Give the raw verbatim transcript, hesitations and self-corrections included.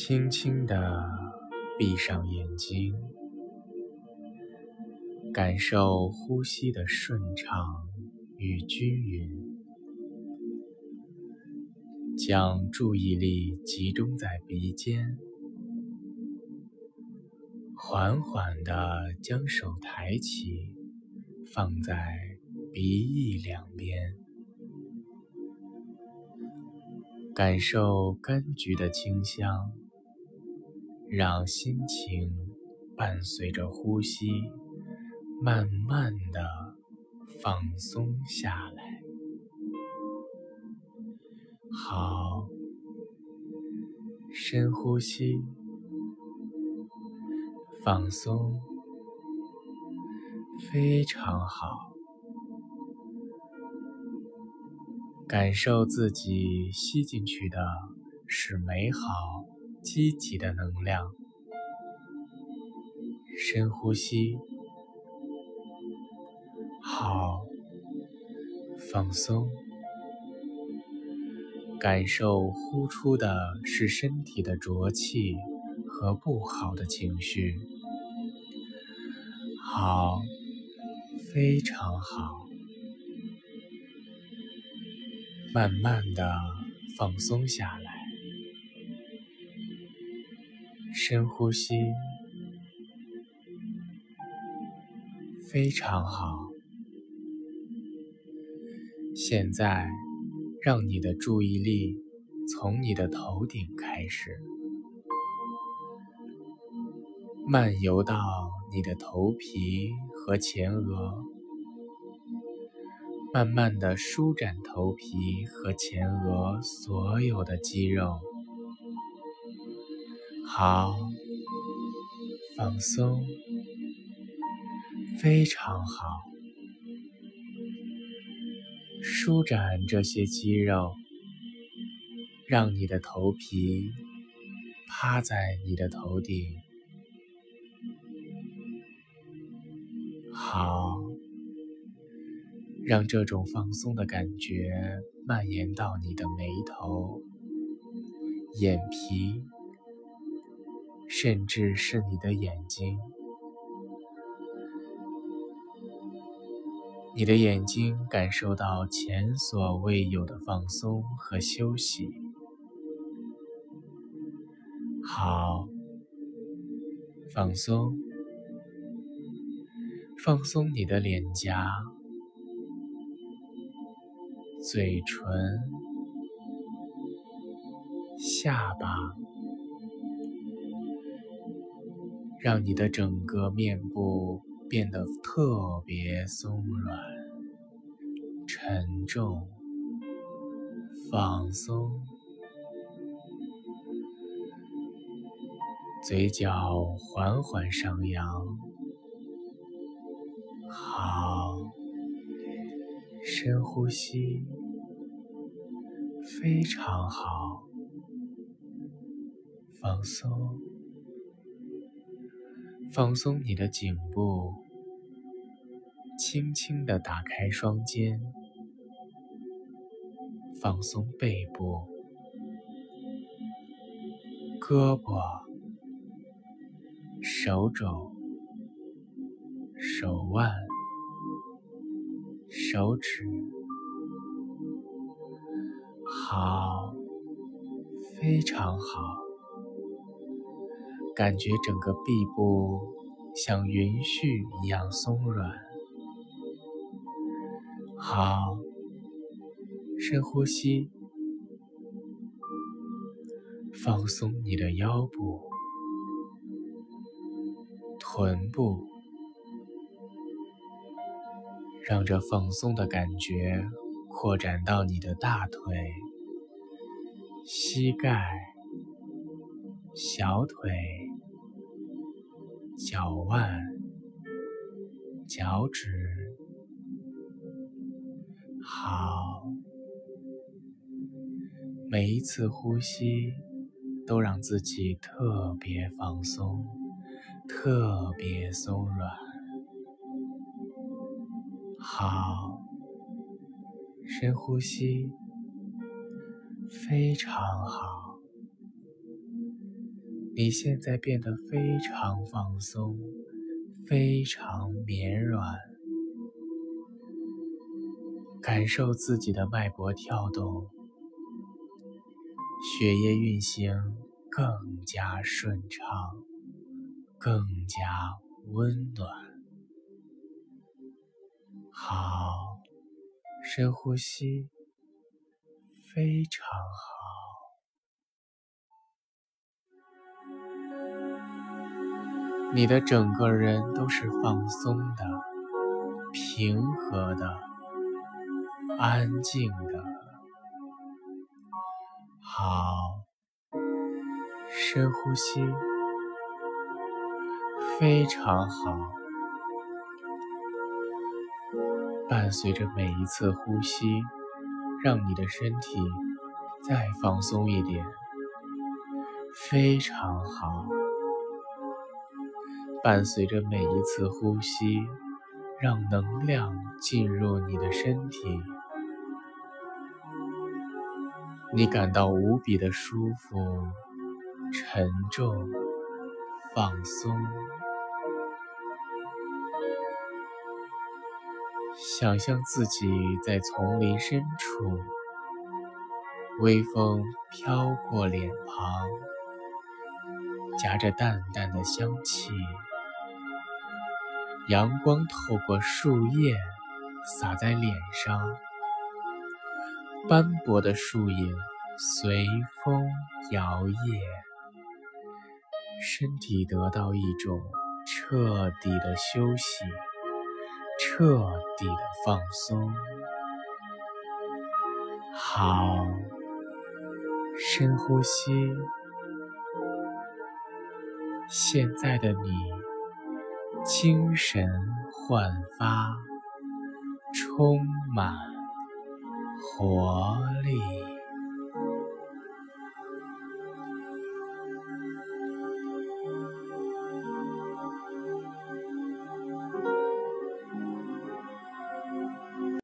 轻轻地闭上眼睛，感受呼吸的顺畅与均匀，将注意力集中在鼻尖，缓缓地将手抬起，放在鼻翼两边，感受柑橘的清香，让心情伴随着呼吸慢慢地放松下来。好，深呼吸，放松，非常好。感受自己吸进去的是美好、积极的能量。深呼吸，好，放松。感受呼出的是身体的浊气和不好的情绪。好，非常好。慢慢地放松下来，深呼吸，非常好。现在，让你的注意力从你的头顶开始，漫游到你的头皮和前额，慢慢地舒展头皮和前额所有的肌肉。好，放松，非常好。舒展这些肌肉，让你的头皮趴在你的头顶。好，让这种放松的感觉蔓延到你的眉头、眼皮，甚至是你的眼睛。你的眼睛感受到前所未有的放松和休息。好，放松，放松你的脸颊、嘴唇、下巴，让你的整个面部变得特别松软、沉重、放松。嘴角缓缓上扬。好，深呼吸，非常好。放松，放松你的颈部，轻轻地打开双肩，放松背部、胳膊、手肘、手腕、手指。好，非常好。感觉整个臂部像云絮一样松软。好，深呼吸，放松你的腰部、臀部，让这放松的感觉扩展到你的大腿、膝盖、小腿、脚腕、脚趾。好，每一次呼吸都让自己特别放松，特别松软。好，深呼吸，非常好。 你现在变得非常放松，非常绵软，感受自己的脉搏跳动，血液运行更加顺畅，更加温暖。好，深呼吸，非常好。你的整个人都是放松的、平和的、安静的。好，深呼吸，非常好。伴随着每一次呼吸，让你的身体再放松一点，非常好。伴随着每一次呼吸，让能量进入你的身体，你感到无比的舒服、沉重、放松。想象自己在丛林深处，微风飘过脸庞，夹着淡淡的香气，阳光透过树叶洒在脸上，斑驳的树影随风摇曳，身体得到一种彻底的休息，彻底的放松。好，深呼吸。现在的你精神焕发，充满活力。